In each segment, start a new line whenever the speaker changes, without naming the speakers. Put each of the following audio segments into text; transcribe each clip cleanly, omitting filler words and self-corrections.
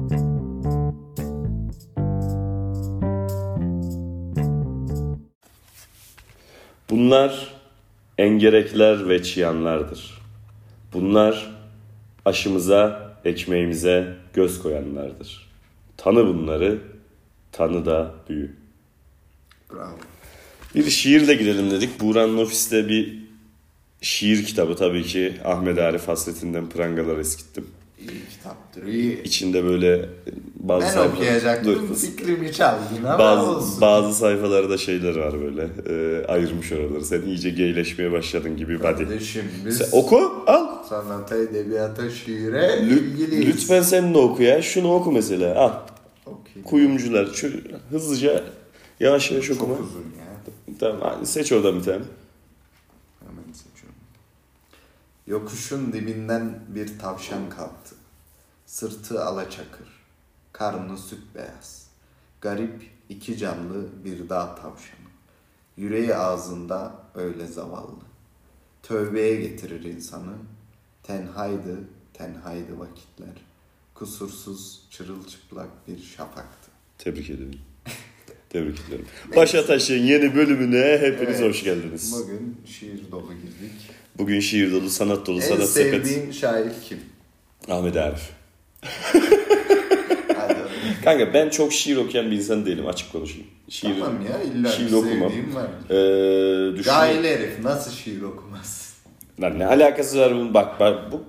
Bunlar engerekler ve çıyanlardır. Bunlar aşımıza, ekmeğimize göz koyanlardır. Tanı bunları, tanı da büyü.
Bravo.
Bir şiirle girelim dedik. Buğra'nın ofiste bir şiir kitabı tabii ki. Ahmet Arif Hasretinden Prangalar eskittim.
İyi kitaptır, iyi.
İçinde böyle bazı
ben
sayfalar...
okuyacaktım, fikrimi çaldın ama olsun.
Bazı sayfalarda şeyler var böyle. Ayırmış oraları. Sen iyice geyleşmeye başladın gibi.
Kardeşim biz
sen oku, al.
Sanata, edebiyata, şiire ilgiliyiz.
Lütfen sen de oku ya. Şunu oku mesela. Al.
Okay.
Kuyumcular. Hızlıca, yavaş yavaş okuma.
Çok uzun ya.
Tamam, seç oradan bir tane.
Hemen seçiyorum. Yokuşun dibinden bir tavşan kalktı. Sırtı alaçakır. Karnı süt beyaz. Garip iki canlı bir dağ tavşanı. Yüreği ağzında öyle zavallı. Tövbeye getirir insanı. Tenhaydı, tenhaydı vakitler. Kusursuz, çırılçıplak bir şafaktı.
Tebrik ederim. Tebrik ederim. Başa Taş'ın yeni bölümüne hepiniz hoş geldiniz.
Bugün şiir dolu girdik.
Bugün şiir dolu, sanat dolu,
en
sanat sepet.
En sevdiğin şair kim?
Ahmet Arif. Kanka ben çok şiir okuyan bir insan değilim, açık konuşayım.
Tamam ya, illa
şiir okumam.
Gayeli herif nasıl şiir okumaz?
Lan ne alakası var bunun? Bak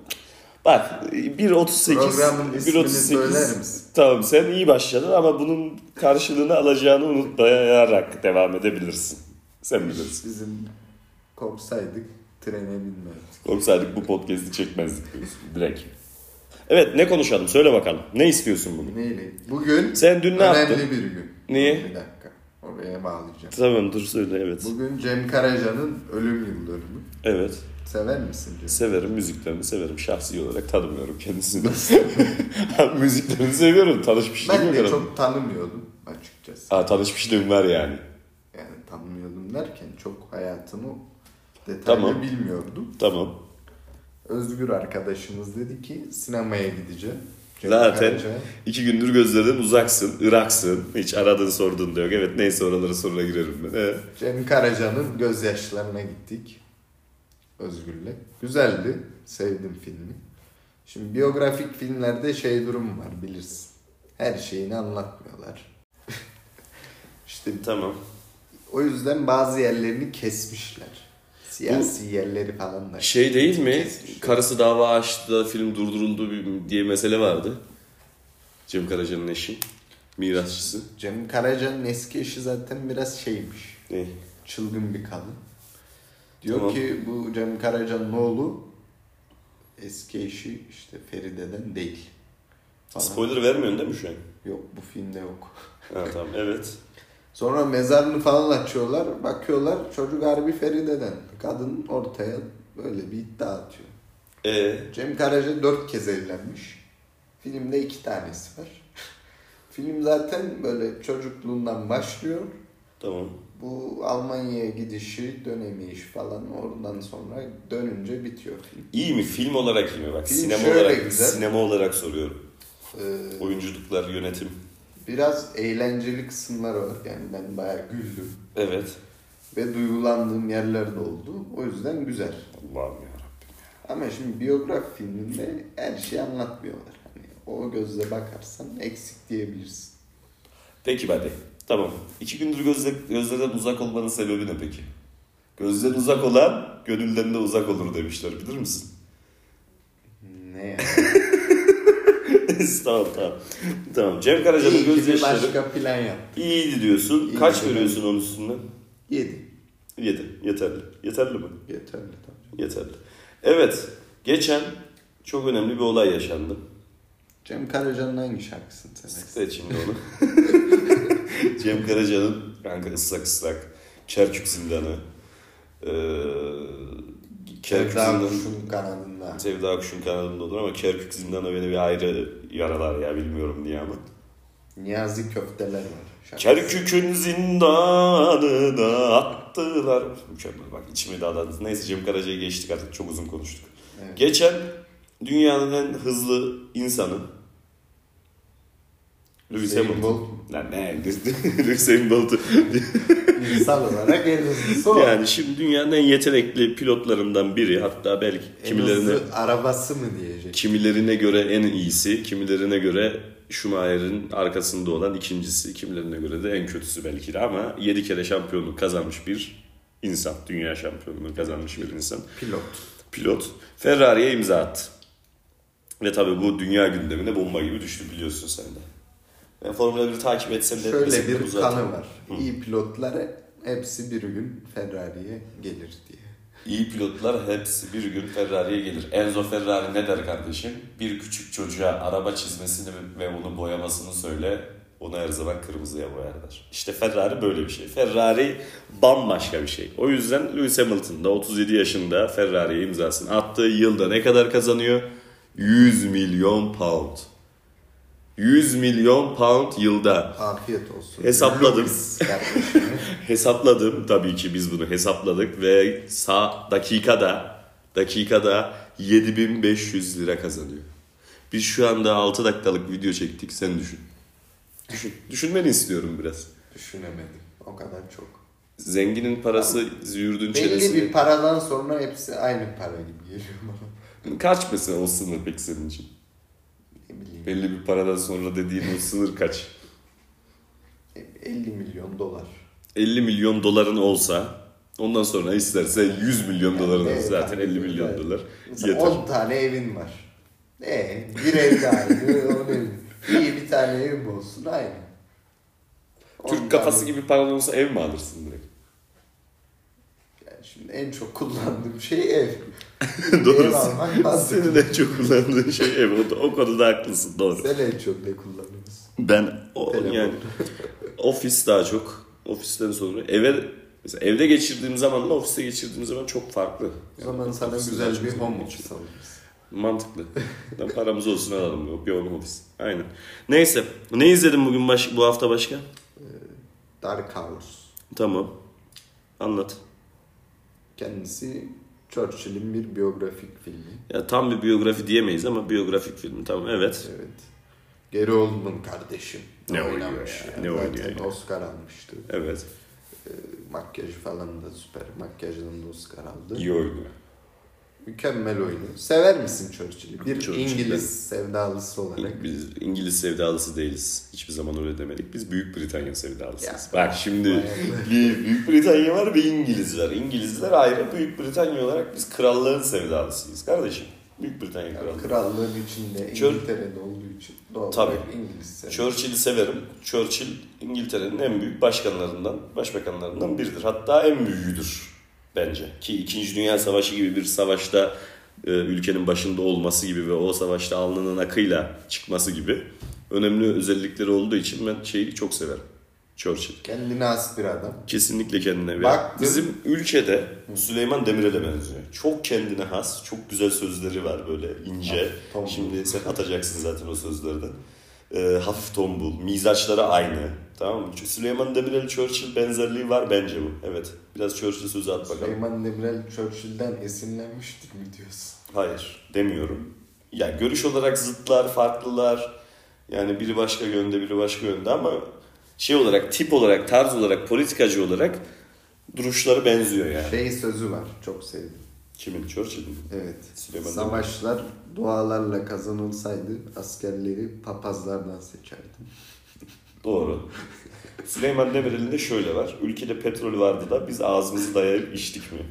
1.38.
Programın ismini söyler misin?
Tamam, sen iyi başladın ama bunun karşılığını alacağını unutmayarak devam edebilirsin. Sen bilirsin.
Bizim korksaydık trene binmezdik.
Korksaydık bu podcast'i çekmezdik diyorsun direkt. Evet, ne konuşalım? Söyle bakalım. Ne istiyorsun bugün?
Neyle? Bugün
sen dün ne yaptın?
Önemli bir gün.
Niye?
Bir dakika. Oraya bağlayacağım.
Tamam, dur söyle, evet.
Bugün Cem Karaca'nın ölüm yıldönümü.
Evet.
Sever misin Cem?
Severim, müziklerini severim. Şahsi olarak tanımıyorum kendisini. Müziklerini seviyorum, tanışmışlığım
ben
yok.
Ben de çok tanımıyordum açıkçası.
Tanışmışlığım var yani.
Yani tanımıyordum derken çok hayatını detaylı bilmiyordum.
Tamam.
Özgür arkadaşımız dedi ki sinemaya gideceğim.
Zaten 2 gündür gözlerden uzaksın, Iraksın. Hiç aradığın sorduğun da yok. Evet, neyse oralara sonra girerim ben. Evet.
Cem Karaca'nın gözyaşlarına gittik. Özgür'le. Güzeldi. Sevdim filmi. Şimdi biyografik filmlerde durum var bilirsin. Her şeyini anlatmıyorlar. İşte
tamam.
O yüzden bazı yerlerini kesmişler. Siyasi yerleri falan da.
Değil mi? Kesmişler. Karısı dava açtı da film durduruldu diye mesele vardı. Cem Karaca'nın eşi. Mirasçısı.
Cem Karaca'nın eski eşi zaten biraz şeymiş.
Ne?
Çılgın bir kadın. Diyor ki bu Cem Karaca'nın oğlu eski eşi işte Feride'den değil.
Falan. Spoiler vermiyorsun değil mi şu an?
Yok, bu filmde yok.
Ha, tamam, evet.
Sonra mezarını falan açıyorlar. Bakıyorlar çocuk harbi Feride'den. Kadın ortaya böyle bir iddia atıyor. Cem Karaca 4 kez evlenmiş. Filmde 2 tanesi var. Film zaten böyle çocukluğundan başlıyor.
Tamam.
Bu Almanya'ya gidişi, dönemi iş falan, oradan sonra dönünce bitiyor film.
İyi mi? Film olarak iyi mi? Bak,
film
sinema olarak soruyorum. Oyunculuklar, yönetim.
Biraz eğlenceli kısımlar var. Yani ben bayağı güldüm.
Evet.
Ve duygulandığım yerler de oldu. O yüzden güzel.
Allah'ım yarabbim.
Ama şimdi biyografi filminde her şeyi anlatmıyorlar. Hani o gözle bakarsan eksik diyebilirsin.
Peki hadi. Tamam. 2 gündür gözlerden uzak olmanın sebebi ne peki? Gözden uzak olan gönülden de uzak olur demişler. Bilir misin?
Ne yani?
Tamam. Cem Karaca'nın gözyaşları.
Başka plan yaptı.
İyiydi diyorsun.
İyiydi.
Kaç veriyorsun onun üstünden?
7.
Yeterli. Yeterli mi?
Yeterli tabii.
Yeterli. Evet. Geçen çok önemli bir olay yaşandı.
Cem Karaca'nın hangi şarkısını seversin?
Evet, şimdi onu. Cem Karaca'nın kanka ıslak Kerkük Zindanı.
Sevda Kuş'un kanadında.
Sevda Kuş'un kanadında olur ama Kerkük Zindanı beni bir ayrı yaralar ya, bilmiyorum niye ama.
Niyazi Köfteler var.
Kerkük'ün zindanına attılar. Mükemmel, bak içimi dağladı. Neyse, Cem Karaca'yı geçtik artık, çok uzun konuştuk. Evet. Geçen dünyanın en hızlı insanı Lewis Hamilton. Lan ne? Lewis Hamilton.
İnsan olarak en hızlısı o.
Yani şimdi dünyanın en yetenekli pilotlarından biri. Hatta belki kimilerine...
arabası mı diyecek?
Kimilerine göre en iyisi, kimilerine göre Schumacher'in arkasında olan ikincisi, kimilerine göre de en kötüsü belki de, ama 7 kere şampiyonluk kazanmış bir insan. Dünya şampiyonluğu kazanmış bir insan. Pilot. Ferrari'ye imza attı. Ve tabii bu dünya gündemine bomba gibi düştü, biliyorsun sen de. Ben Formula 1'i takip etsem de...
Şöyle bir kanı var. İyi pilotlar hepsi bir gün Ferrari'ye gelir diye.
İyi pilotlar hepsi bir gün Ferrari'ye gelir. Enzo Ferrari ne der kardeşim? Bir küçük çocuğa araba çizmesini ve onu boyamasını söyle, onu her zaman kırmızıya boyarlar. İşte Ferrari böyle bir şey. Ferrari bambaşka bir şey. O yüzden Lewis Hamilton da 37 yaşında Ferrari'ye imzasını attığı yılda ne kadar kazanıyor? 100 milyon pound. 100 milyon pound yılda.
Afiyet olsun.
Hesapladım. Hesapladım. Tabii ki biz bunu hesapladık ve dakikada 7500 lira kazanıyor. Biz şu anda 6 dakikalık video çektik. Sen düşün. Düşünmeni istiyorum biraz.
Düşünemedim. O kadar çok.
Zenginin parası yurdun çenesine.
Belli bir paradan sonra hepsi aynı para gibi geliyor bana.
Kaç mesela o sınır peki senin için?
Ne bileyim.
Belli bir paradan sonra dediğin o sınır kaç?
50 milyon dolar.
50 milyon doların olsa, ondan sonra istersen 100 milyon doların olsa, zaten 50 milyon dolar
mesela
yeter.
10 tane evin var. Bir evde aynı. İyi bir tane evim olsun aynı.
Türk kafası gibi paran olsa ev mi alırsın direkt?
Yani şimdi en çok kullandığım şey ev.
Doğru.
Ev almak lazım.
Senin en çok kullandığın şey ev. O konuda haklısın, doğru.
Sen en çok ne kullanıyorsun?
Ben yani ofis daha çok. Ofisten sonra mesela evde geçirdiğim zamanla ofiste geçirdiğim zaman çok farklı.
O zaman sana güzel bir home office alırız.
Mantıklı. Paramız olsun alalım. Bir home office. Aynen. Neyse. Ne izledin bugün bu hafta başka?
Dark House.
Tamam. Anlat.
Kendisi Churchill'in bir biyografik filmi.
Ya tam bir biyografi diyemeyiz ama biyografik film. Tamam, evet.
Evet. Gary Oldman kardeşim.
Ne oynamış ya? Ne oynuyor ya?
Oscar almıştı.
Evet.
Makyajı falan da süper. Makyajdan da Oscar aldı.
İyi oynuyor.
Mükemmel oyunu. Sever misin Churchill'i? Bir
Churchill'den.
İngiliz sevdalısı olarak.
Biz İngiliz sevdalısı değiliz. Hiçbir zaman öyle demedik. Biz Büyük Britanya sevdalısıyız.
Ya,
Bak şimdi Büyük Britanya var ve İngiliz var. İngilizler ayrı, Büyük Britanya olarak biz krallığın sevdalısıyız kardeşim. Büyük Britanya krallığı.
Krallığın içinde İngiltere'de olduğu için doğal
Tabii.
olarak İngiliz sever.
Churchill'i severim. Churchill İngiltere'nin en büyük başbakanlarından biridir. Hatta en büyüğüdür bence. Ki 2. Dünya Savaşı gibi bir savaşta ülkenin başında olması gibi ve o savaşta alnının akıyla çıkması gibi önemli özellikleri olduğu için ben şeyi çok severim. Churchill.
Kendine has bir adam.
Kesinlikle kendine.
Baktım.
Bizim ülkede Süleyman Demirel'e benziyor. Çok kendine has, çok güzel sözleri var böyle ince.
Tombul.
Şimdi sen atacaksın zaten o sözlerden. Hafif tombul, mizaçları aynı. Tamam mı? Süleyman Demirel Churchill benzerliği var bence bu. Evet. Biraz Churchill sözü at bakalım.
Süleyman Demirel Churchill'den esinlenmiştir mi diyorsun?
Hayır, demiyorum. Ya görüş olarak zıtlar, farklılar. Yani biri başka yönde, biri başka yönde ama şey olarak, tip olarak, tarz olarak, politikacı olarak duruşları benziyor yani.
Sözü var, çok sevdim.
Kimin? Churchill'in?
Evet.
Süleyman
Savaşlar dualarla kazanılsaydı askerleri papazlardan seçerdim.
Doğru. Süleyman Demirel'in de şöyle var. Ülkede petrol vardı da biz ağzımızı dayayıp içtik mi?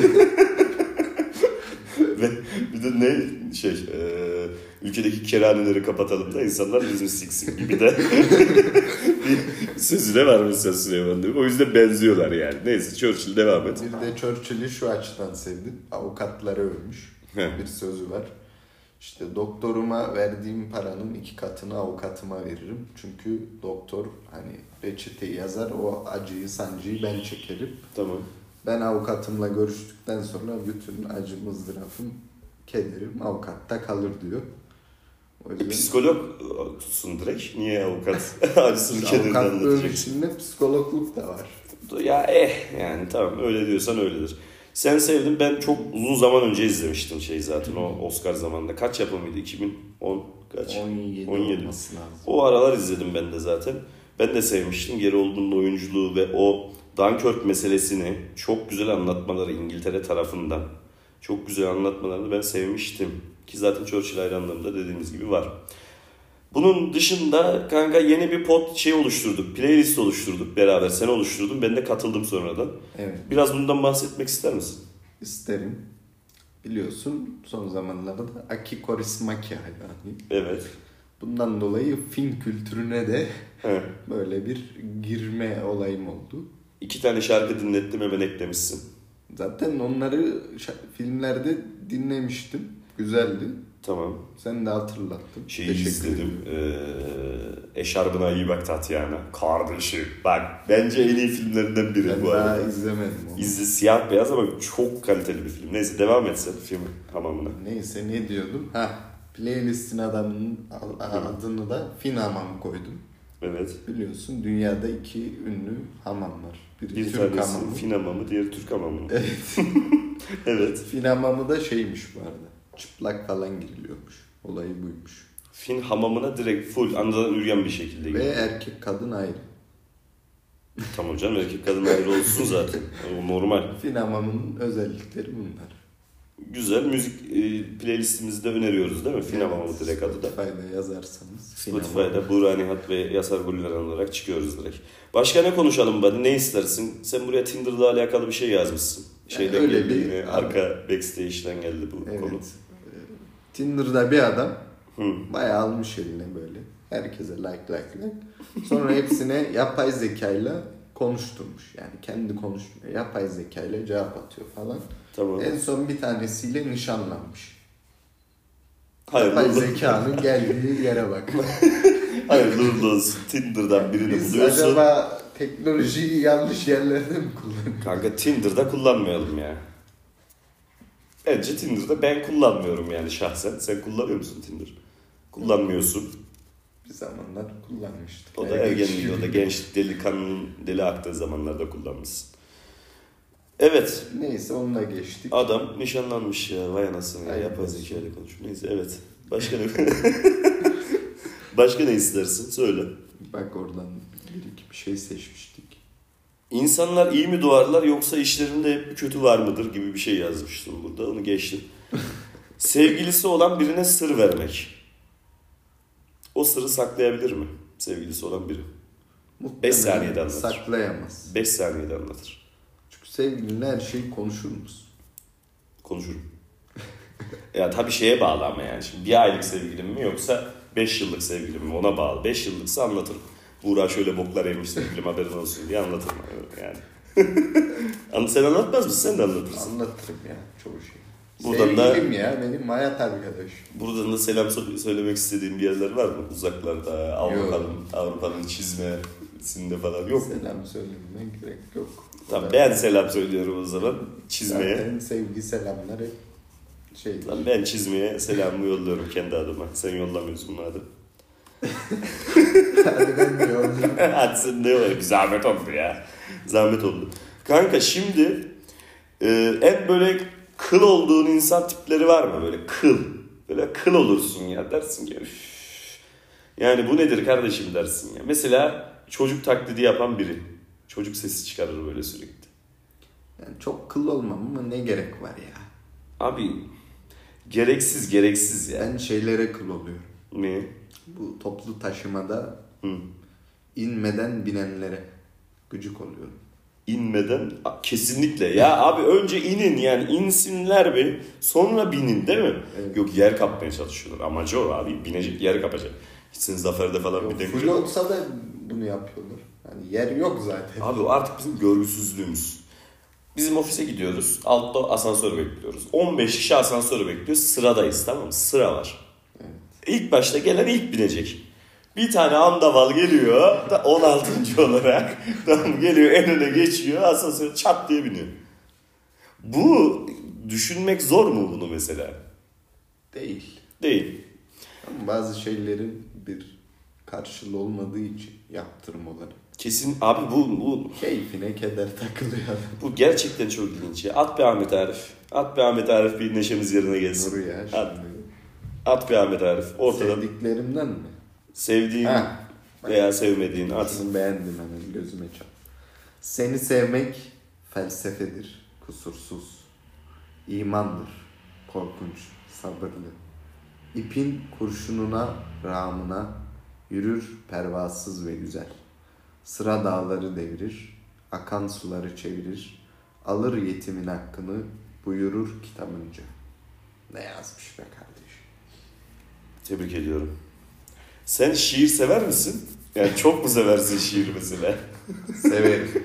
Ve bir de ülkedeki kerhaneleri kapatalım da insanlar yüzünü siksin gibi de bir sözü de var mesela Süleyman Demirel. O yüzden benziyorlar yani. Neyse Churchill devam et.
Bir de Churchill'i şu açıdan sevdim. Avukatlara övmüş. Bir sözü var. İşte doktoruma verdiğim paranın 2 katını avukatıma veririm. Çünkü doktor hani reçeteyi yazar, o acıyı, sancıyı ben çekerim.
Tamam.
Ben avukatımla görüştükten sonra bütün acı, mızdırafım, kederim avukatta kalır diyor. O yüzden
Psikolog tutsun direkt. Niye avukat acısını kederini
avukatlığın
anlatacak?
içinde psikologluk da var.
Ya yani tamam öyle diyorsan öyledir. Sen sevdin, ben çok uzun zaman önce izlemiştim zaten o Oscar zamanında. Kaç yapımıydı? 2010 kaç?
17 olması lazım.
O aralar izledim ben de zaten. Ben de sevmiştim. Gary Oldman'ın oyunculuğu ve o Dunkirk meselesini çok güzel anlatmaları İngiltere tarafından. Çok güzel anlatmalarını ben sevmiştim. Ki zaten Churchill hayranlığım da dediğimiz gibi var. Bunun dışında kanka yeni bir oluşturduk. Playlist oluşturduk beraber. Sen oluşturdun. Ben de katıldım sonradan.
Evet.
Biraz bundan bahsetmek ister misin?
İsterim. Biliyorsun son zamanlarda Aki Kaurismäki hayranıyım.
Evet.
Bundan dolayı film kültürüne de
He.
böyle bir girme olayım oldu.
2 tane şarkı dinlettim, hemen eklemişsin.
Zaten onları filmlerde dinlemiştim. Güzeldi.
Tamam.
Sen de hatırlattın.
Şeyi izledim. Eşarbına iyi bak Tatyana. Kardeşi. Bak bence en iyi filmlerinden biri
ben
bu arada.
daha izlemedim onu.
Siyah beyaz ama çok kaliteli bir film. Neyse devam etsin film hamamına.
Neyse ne diyordum? Playlistin adamının adını da Fin Hamam koydum.
Evet.
Biliyorsun dünyada 2 ünlü hamam var.
Bir
Türk
tanesi
hamamı.
Fin hamamı, diğeri Türk hamamı.
Evet.
Evet.
Fin hamamı da şeymiş bu arada. Çıplak falan giriliyormuş. Olayı buymuş.
Fin hamamına direkt full andan yürüyen bir şekilde
Ve
gidiyor.
erkek kadın ayrı.
Tamam canım, erkek kadın ayrı olsun zaten. O normal.
Fin hamamının özellikleri bunlar.
Güzel müzik playlistimizde de öneriyoruz değil mi? Fin hamamı direkt adı da.
Spotify'da yazarsanız.
Spotify'da Buğra Nihat ve Yasar Gülveren olarak çıkıyoruz direkt. Başka ne konuşalım buddy? Ne istersin? Sen buraya Tinder'la alakalı bir şey yazmışsın. Şeyden
öyle
geldi
bir
yine, arka backstage'den geldi bu konu.
Tinder'da bir adam
Hı.
bayağı almış eline böyle. Herkese like. Sonra hepsine yapay zekayla konuşturmuş. Yani kendi konuşmuyor. Yapay zekayla cevap atıyor falan.
Tamam.
En son bir tanesiyle nişanlanmış.
Hayırlı
Yapay
olsun.
zekanın geldiği yere bak.
Hayırlı uğurlu olsun. Tinder'dan birini
Biz
buluyorsun.
acaba teknolojiyi yanlış yerlerde mi kullanıyoruz?
Kanka Tinder'da kullanmayalım ya. Bence Tinder'da ben kullanmıyorum yani şahsen. Sen kullanıyor musun Tinder? Kullanmıyorsun.
Bir zamanlar kullanmıştık.
O da ergenlik, o da gençlik, delikanlının deli aktığı zamanlarda kullanmışsın. Evet.
Neyse onunla geçtik.
Adam nişanlanmış ya. Vay anasını ya.
Aynen.
Yapay zekayla konuşuyor. Neyse evet. Başka ne? Başka ne istersin? Söyle.
Bak oradan bir şey seçmiştik.
İnsanlar iyi mi doğarlar yoksa işlerinde hep bir kötü var mıdır gibi bir şey yazmıştım burada. Onu geçtim. Sevgilisi olan birine sır vermek. O sırrı saklayabilir mi? Sevgilisi olan biri. 5 saniyede anlatır.
Saklayamaz.
5 saniyede anlatır.
Çünkü sevgilinle her şeyi konuşur musun?
Konuşurum. Ya tabii şeye bağlı ama yani. Şimdi bir aylık sevgilim mi yoksa 5 yıllık sevgilim mi, ona bağlı. 5 yıllıksa anlatırım. Buğra şöyle boklar yemiş sevgilim haberin olsun diye anlatırım yani. Sen anlatmaz mısın? Sen de anlatırsın.
Anlatırım ya çoğu şey.
Buradan
Sevgilim ya benim hayat arkadaşım.
Buradan da selam söylemek istediğim bir yerler var mı? Uzaklarda, Avrupa'nın çizmesinde falan yok mu?
Selam söylememe gerek yok.
Tamam ben selam söylüyorum o zaman çizmeye.
Zaten sevgi selamlar hep şey.
Tamam, ben çizmeye selamımı yolluyorum kendi adıma. Sen yollamıyorsun madem.
Hadi ben de yollayayım.
Hadi sen ne var? Zahmet oldu ya. Zahmet oldu. Kanka şimdi en böyle kıl olduğun insan tipleri var mı? Böyle kıl. Böyle kıl olursun ya dersin ki üff. Yani bu nedir kardeşim dersin ya. Mesela çocuk taklidi yapan biri. Çocuk sesi çıkarır böyle sürekli.
Yani çok kıl olmam ama ne gerek var ya.
Abi gereksiz ya.
Ben şeylere kıl oluyorum.
Ne?
Bu toplu taşımada
Hı.
inmeden binenlere gıcık oluyorum.
İnmeden kesinlikle ya abi önce inin yani insinler bir sonra binin değil mi?
Evet.
Yok yer kapmaya çalışıyorlar amacı o abi binecek yer kapacak. Gitsin Zafer'de falan
Yok,
bir demiş.
full olsa da bunu yapıyorlar. Yani yer yok zaten.
Abi o artık bizim görgüsüzlüğümüz. Bizim ofise gidiyoruz altta asansör bekliyoruz. 15 kişi asansör bekliyor sıradayız tamam mı? Sıra var.
Evet.
İlk başta gelen ilk binecek. Bir tane andaval geliyor da 16. olarak tamam geliyor en öne geçiyor asansör çat diye biniyor. Bu düşünmek zor mu bunu mesela?
Değil.
Değil.
Ama bazı şeylerin bir karşılığı olmadığı için yaptırım olarak.
Kesin abi bu
Keyfine keder takılıyor adam.
bu gerçekten çok ilginç ya. At be Ahmet Arif. At be Ahmet Arif bir neşemiz yerine gelsin.
Dur ya
At.
şimdi.
At bir Ahmet Arif. Ortadan.
Sevdiklerimden mi?
Sevdiğin veya sevmediğin at.
Şunu beğendim hemen gözüme çarptı. Seni sevmek felsefedir, kusursuz. İmandır, korkunç, sabırlı. İpin kurşununa, rağmına yürür pervasız ve güzel. Sıra dağları devirir, akan suları çevirir. Alır yetimin hakkını, buyurur kitabınca. Ne yazmış be kardeşim?
Tebrik ediyorum. Sen şiir sever misin? Yani çok mu seversin şiir mesela?
Severim.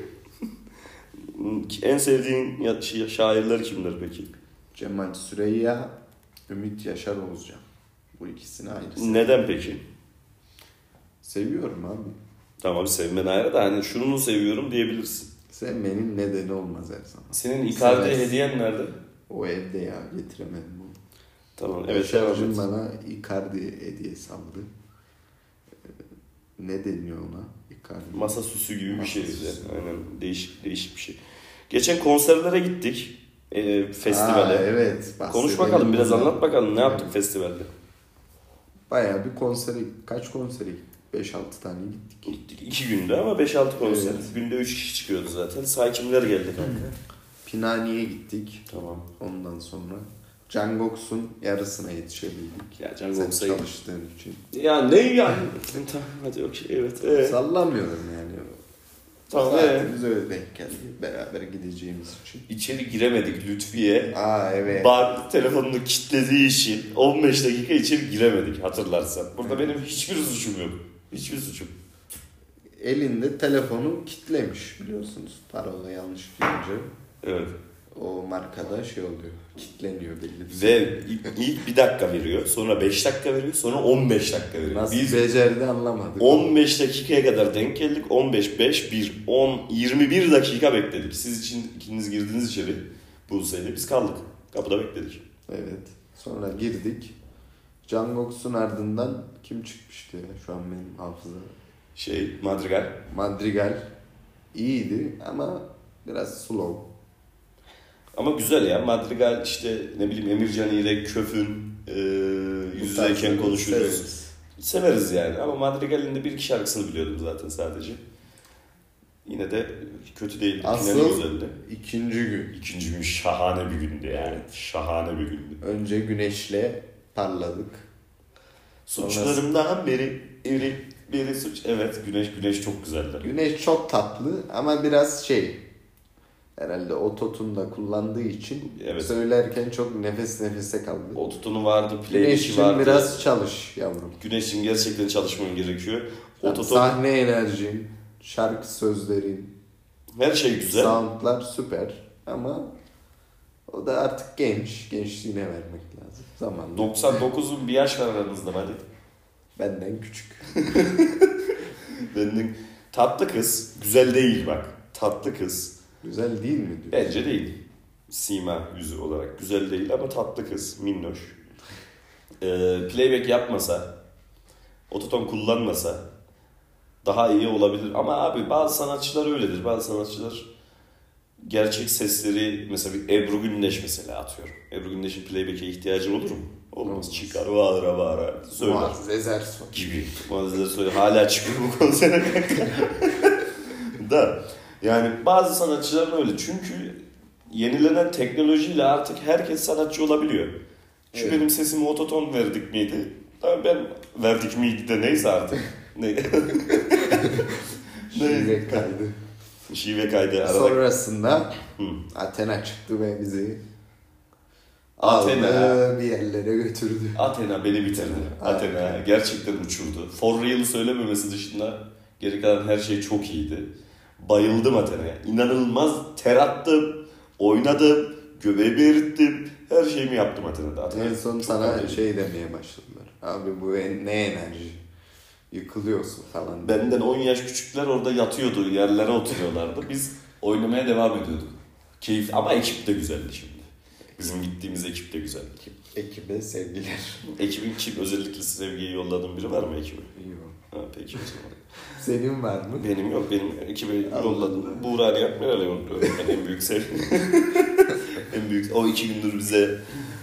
En sevdiğin şairler kimler peki?
Cemal Süreyya, Ümit Yaşar Oğuzcan. Bu ikisini ayrı seviyorum.
Neden peki?
Seviyorum abi.
Tamam, sevmen ayrı da hani şunu seviyorum diyebilirsin.
Sevmenin nedeni olmaz her zaman.
Senin Icardi hediyen nerede?
O evde ya, getiremedim onu.
Tamam, evet.
Şarjım bana Icardi hediyesi aldı. Ne deniyor ona? Icardi.
Masa süsü gibi bir şeydi. Aynen, değişik bir şey. Geçen konserlere gittik. Festivale.
Evet.
Konuş bakalım, biraz anlat bakalım. Ne yaptık festivalde?
Bayağı bir konsere, kaç konsere gittik? 5-6 tane gittik.
Gittik 2 günde ama 5-6 konser.
Evet.
Günde 3 kişi çıkıyordu zaten. Sakimler geldi kanka.
Pinani'ye gittik.
Tamam.
Ondan sonra Cangoks'un yarısına yetişebildik.
Ya
Sen
Cangoks'a
çalıştığın için.
Ya ne yani? Tamam, hadi okey, evet.
Sallamıyorum yani.
Tamam,
Saatimiz öyle denk geldi. Beraber gideceğimiz için.
İçeri giremedik Lütfiye.
Evet.
Bar telefonunu kilitlediği için 15 dakika içeri giremedik, hatırlarsan. Burada benim hiçbir suçum yok. Hiçbir suçum.
Elinde telefonu kitlemiş biliyorsunuz. Parola yanlış duyunca.
Evet.
O markada şey oluyor. Kitleniyor belli.
Ve ilk 1 dakika veriyor. Sonra 5 dakika veriyor. Sonra 15 dakika veriyor.
Nasıl
Biz
becerdi anlamadık.
15 dakikaya kadar denk geldik. 15, 5, 1, 10, 21 dakika bekledik. Siz için ikiniz girdiniz içeri. Buse'yle biz kaldık. Kapıda bekledik.
Evet. Sonra girdik. Cangoks'un ardından kim çıkmıştı ya? Şu an benim hafıza.
Madrigal.
Madrigal iyiydi ama biraz slow.
Ama güzel ya. Madrigal işte ne bileyim Emircan ile Köf'ün yüz yüzeyken konuşuruz. Severiz yani. Ama Madrigal'in de 1-2 şarkısını biliyordum zaten sadece. Yine de kötü değildi.
Asıl
güzeldi.
ikinci gün.
İkinci gün şahane bir gündü yani. Şahane bir gündü.
Önce güneşle parladık.
Suçlarımdan biri suç. Evet, güneş çok güzeldi.
Güneş çok tatlı ama biraz herhalde ototun da kullandığı için söylerken çok nefese kaldı.
Ototunu vardı,
Güneş'in
vardı.
biraz çalış yavrum.
Güneş'in gerçekten çalışman gerekiyor.
Sahne enerjin, şarkı sözlerin,
her şey güzel.
Soundlar süper ama o da artık gençliğine vermek lazım zamanla.
99'un bir yaş var aranızda hadi.
Benden küçük.
Benden tatlı kız, güzel değil bak. Tatlı kız.
Güzel değil mi diyorsun?
Bence değil. Sima yüzü olarak güzel değil ama tatlı kız, minnoş. Playback yapmasa, ototon kullanmasa daha iyi olabilir. Ama abi bazı sanatçılar öyledir. Bazı sanatçılar gerçek sesleri, mesela bir Ebru Gündeş mesela atıyorum. Ebru Gündeş'in playback'e ihtiyacı olur mu? Olmaz. Çıkar bağıra söyler.
Muazzez Ersoy
gibi. Muazzez Ersoy hala çıkıyor bu konsere. Da yani bazı sanatçılar öyle. Çünkü yenilenen teknolojiyle artık herkes sanatçı olabiliyor. Şu benim sesime ototon verdik miydi? Tamam, ben verdik miydi de neyse artık.
Şive kaydı.
Şive kaydı.
Sonrasında Athena çıktı ve bizi
Athena
aldı, bir yerlere götürdü.
Athena beni bitirdi. Athena gerçekten uçurdu. For Real'ı söylememesi dışında geri kalan her şey çok iyiydi. Bayıldım Athena'ya. İnanılmaz ter attım, oynadım, göbeğimi erittim. Her şeyimi yaptım Athena'da.
En son sana demeye başladılar. Abi bu ne enerji? Yıkılıyorsun falan.
Benden 10 yaş küçükler orada yatıyordu, yerlere oturuyorlardı. Biz oynamaya devam ediyorduk. Keyif ama ekip de güzeldi şimdi. Bizim gittiğimiz ekip de güzeldi.
Ekibe sevgiler.
Ekibin kim? Özellikle sevgiyi yolladığın biri var mı ekibe?
Yok.
Ha, peki o zaman.
Senin var mı?
Benim yok. Benim ekibe yolladım. Buğra'ya Meral'e yolluyorum. Ben en büyük sevgim. En büyük. O 2 gündür bize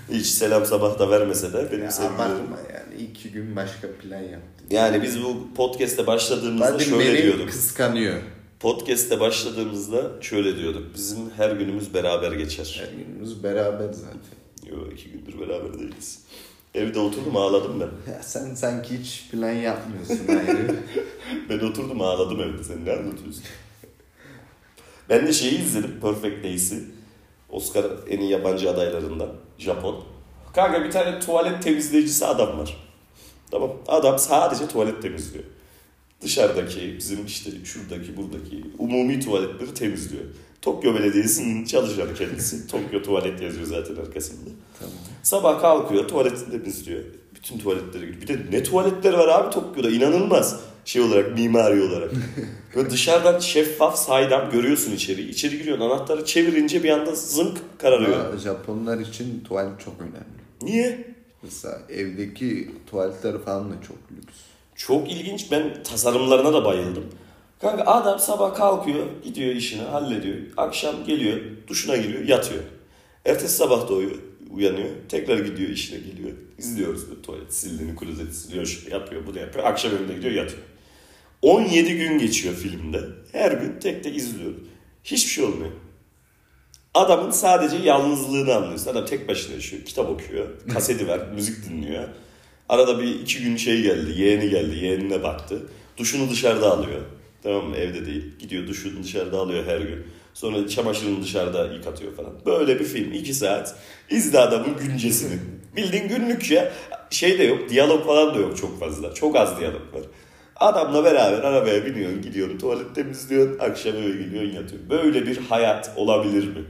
Hiç selam sabah da vermese de benim sevgilerim.
Abartma yani 2 gün başka plan yaptım.
Yani biz bu podcast'e başladığımızda
Hadi
şöyle
beni
diyorduk.
Kıskanıyor.
Podcast'e başladığımızda şöyle diyorduk. Bizim her günümüz beraber geçer.
Her günümüz beraber zaten.
Yok 2 gündür beraber değiliz. Evde oturdum ağladım ben.
Ya sen sanki hiç plan yapmıyorsun ayrı.
Ben oturdum ağladım evde. Sen ne anlatıyorsun? Ben de şeyi izledim. Perfect Days'i. Oscar en iyi yabancı adaylarından. Japon. Kanka bir tane tuvalet temizleyicisi adam var. Tamam. Adam sadece tuvalet temizliyor. Dışarıdaki, bizim işte şuradaki, buradaki umumi tuvaletleri temizliyor. Tokyo Belediyesi'nin çalışanı kendisi. Tokyo tuvalet yazıyor zaten arkasında.
Tamam.
Sabah kalkıyor, tuvaletini temizliyor. Bütün tuvaletleri gidiyor. Bir de ne tuvaletler var abi Tokyo'da, inanılmaz. Şey olarak, mimari olarak. Böyle dışarıdan şeffaf, saydam görüyorsun içeriği. İçeri giriyorsun, anahtarı çevirince bir anda zınk kararıyor.
Ama Japonlar için tuvalet çok önemli.
Niye?
Mesela evdeki tuvaletler falan da çok lüks.
Çok ilginç. Ben tasarımlarına da bayıldım. Kanka adam sabah kalkıyor, gidiyor işini hallediyor. Akşam geliyor, duşuna giriyor, yatıyor. Ertesi sabah da uyanıyor, tekrar gidiyor işine geliyor. İzliyoruz böyle tuvalet sildiğini, klozeti siliyor, şu yapıyor, bu da yapıyor. Akşam evine gidiyor, yatıyor. 17 gün geçiyor filmde. Her gün tek tek izliyoruz. Hiçbir şey olmuyor. Adamın sadece yalnızlığını anlıyorsun. Adam tek başına yaşıyor, kitap okuyor, kaseti var, müzik dinliyor. Arada bir 2 gün şey geldi, yeğeni geldi, yeğenine baktı. Duşunu dışarıda alıyor. Tamam mı? Evde değil. Gidiyor duşunu dışarıda alıyor her gün. Sonra çamaşırını dışarıda yıkatıyor falan. Böyle bir film. 2 saat. İzle adamın güncesini. Bildiğin günlük ya. Şey de yok. Diyalog falan da yok çok fazla. Çok az diyalog var. Adamla beraber arabaya biniyorsun, gidiyorsun, tuvalet temizliyorsun, akşam eve gidiyorsun, yatıyorsun. Böyle bir hayat olabilir mi?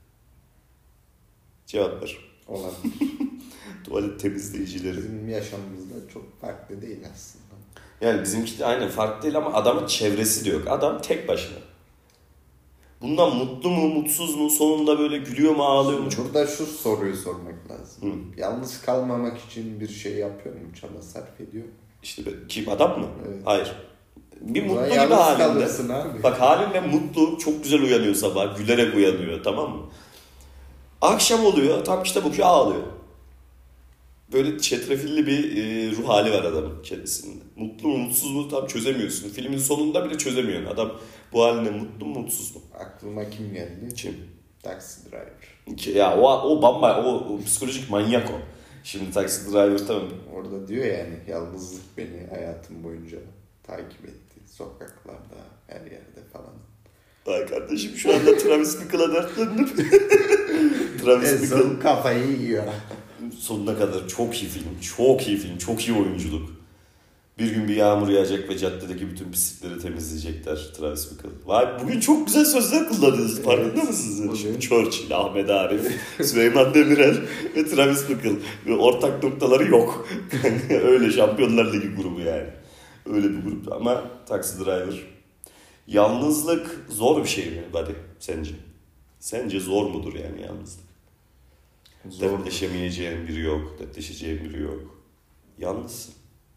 Cevap ver.
Olabilir.
Tuvalet temizleyicileri.
Bizim yaşamımızda çok farklı değil aslında.
Yani bizimki de aynen farklı değil ama adamın çevresi de yok. Adam tek başına. Bundan mutlu mu, mutsuz mu, sonunda böyle gülüyor mu, ağlıyor mu?
Burada şu soruyu sormak lazım.
Hı.
Yalnız kalmamak için bir şey yapıyor mu? Çaba sarf ediyor mu?
İşte kim, adam mı?
Evet.
Hayır. Bir mutlu gibi
yalnız
halinde.
kalırsın abi.
Bak halinde mutlu, çok güzel uyanıyor sabah, gülerek uyanıyor, tamam mı? Akşam oluyor, tam kitap okuyor, ağlıyor. Böyle çetrefilli bir ruh hali var adamın kendisinde. Mutlu mu, mutsuz mu tam çözemiyorsun. Filmin sonunda bile çözemiyorsun. Adam bu haline mutlu mu, mutsuz mu?
Aklıma kim geldi?
Kim?
Taxi Driver.
Ya o o psikolojik manyak o. Şimdi Taxi Driver tamam.
Orada diyor yani yalnızlık beni hayatım boyunca takip etti. Sokaklarda, her yerde falan.
Ay kardeşim şu anda Travis Bickle'a dertlendim. Travis Bickle
kafayı yiyor.
sonuna kadar çok iyi film, çok iyi film, çok iyi oyunculuk. Bir gün bir yağmur yağacak ve caddedeki bütün pislikleri temizleyecekler Travis Bickle. Vay bugün çok güzel sözler kullanıyoruz. Farkında mısınız?
Bugün.
Churchill, Ahmet Arif, Süleyman Demirel ve Travis Bickle. Ve ortak noktaları yok. Öyle Şampiyonlar Ligi grubu yani. Öyle bir grup. Ama Taxi Driver. Yalnızlık zor bir şey mi buddy sence? Sence zor mudur yani yalnızlık? Dertleşemeyeceğin biri yok, dertleşeceğin biri yok. Yalnızsın.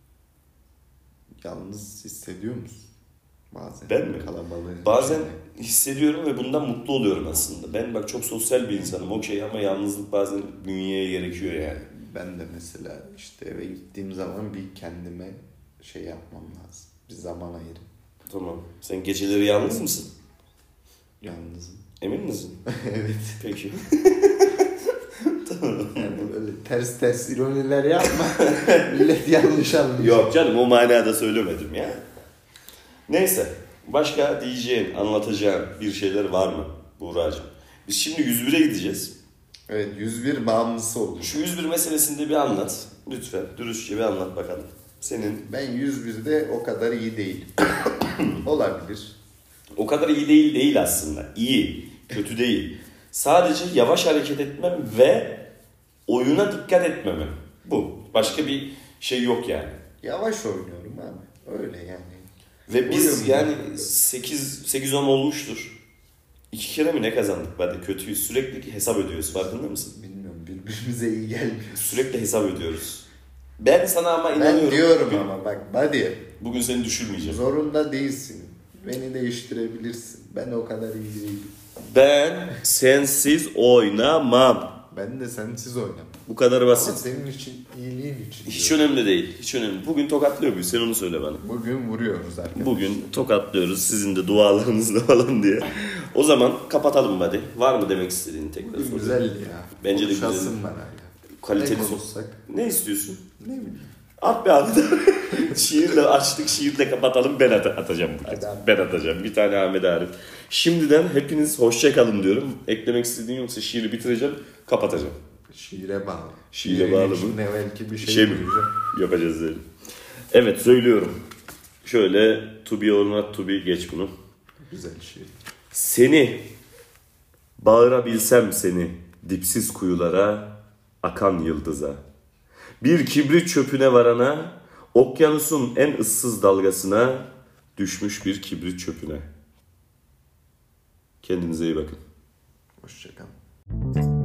Yalnız hissediyor musun? Bazen.
Ben mi?
Kalabalığın
Bazen
içinde.
hissediyorum ve bundan mutlu oluyorum aslında. Ben bak çok sosyal bir insanım okey ama yalnızlık bazen bünyeye gerekiyor yani.
Ben de mesela işte eve gittiğim zaman bir kendime şey yapmam lazım. Bir zaman ayırıp.
Tamam. Sen geceleri yalnız mısın?
Yalnızım.
Emin misin?
Evet.
Peki. Tamam.
Yani böyle ters ironiler yapma. Millet yanlış anlıyor.
Yok canım o manada söylemedim ya. Neyse. Başka diyeceğin, anlatacağın bir şeyler var mı Buğra'cığım? Biz şimdi 101'e gideceğiz.
Evet 101 bağımlısı oldum.
Şu 101 meselesini bir anlat. Lütfen dürüstçe bir anlat bakalım. Senin
Ben 101'de o kadar iyi değilim. Olabilir.
o kadar iyi değil aslında. İyi, kötü değil. Sadece yavaş hareket etmem ve oyuna dikkat etmemem. Bu. Başka bir şey yok yani.
Yavaş oynuyorum abi. Öyle yani.
Ve biz
Oyun
yani
yani.
8-10 olmuştur. 2 kere mi ne kazandık? Ben de kötüyüz. Sürekli hesap ödüyoruz. Farkında mısın?
Bilmiyorum birbirimize iyi gelmiyor.
Sürekli hesap ödüyoruz. Ben sana ama
Ben
inanıyorum.
diyorum
Bugün,
ama bak buddy.
bugün seni düşürmeyeceğim.
Zorunda değilsin. Beni değiştirebilirsin. Ben o kadar iyi değilim.
Ben sensiz oynamam.
Ben de sensiz oynamam.
Bu kadar basit.
Ama senin için, iyiliğin için.
Hiç önemli değil. Hiç önemli. Bugün tokatlıyor muyuz? Sen onu söyle bana.
Bugün vuruyoruz arkadaşlar.
Bugün tokatlıyoruz sizin de dualarınızla falan diye. O zaman kapatalım hadi. Var mı demek istediğin tekrar
Bugün
soru?
güzeldi ya.
Bence de güzel.
Konuşasın var hala.
Kaliteli
Ne
soru.
konuşsak?
Ne istiyorsun?
Ne bileyim.
At be abi. Şiirle açtık. Şiirle kapatalım. Ben atacağım bu kez. Ben atacağım. Bir tane Ahmet Arif. Şimdiden hepiniz hoşça kalın diyorum. Eklemek istediğin yoksa şiiri bitireceğim. Kapatacağım.
Şiire bağlı.
Şiire bağlı mı?
Ne belki bir şey duyacağım.
Yapacağız dedim. Evet söylüyorum. Şöyle to be or not to be geç bunu.
Güzel şiir.
Seni bağırabilsem seni dipsiz kuyulara akan yıldıza. Bir kibrit çöpüne varana okyanusun en ıssız dalgasına düşmüş bir kibrit çöpüne. Kendinize iyi bakın.
Hoşça kalın.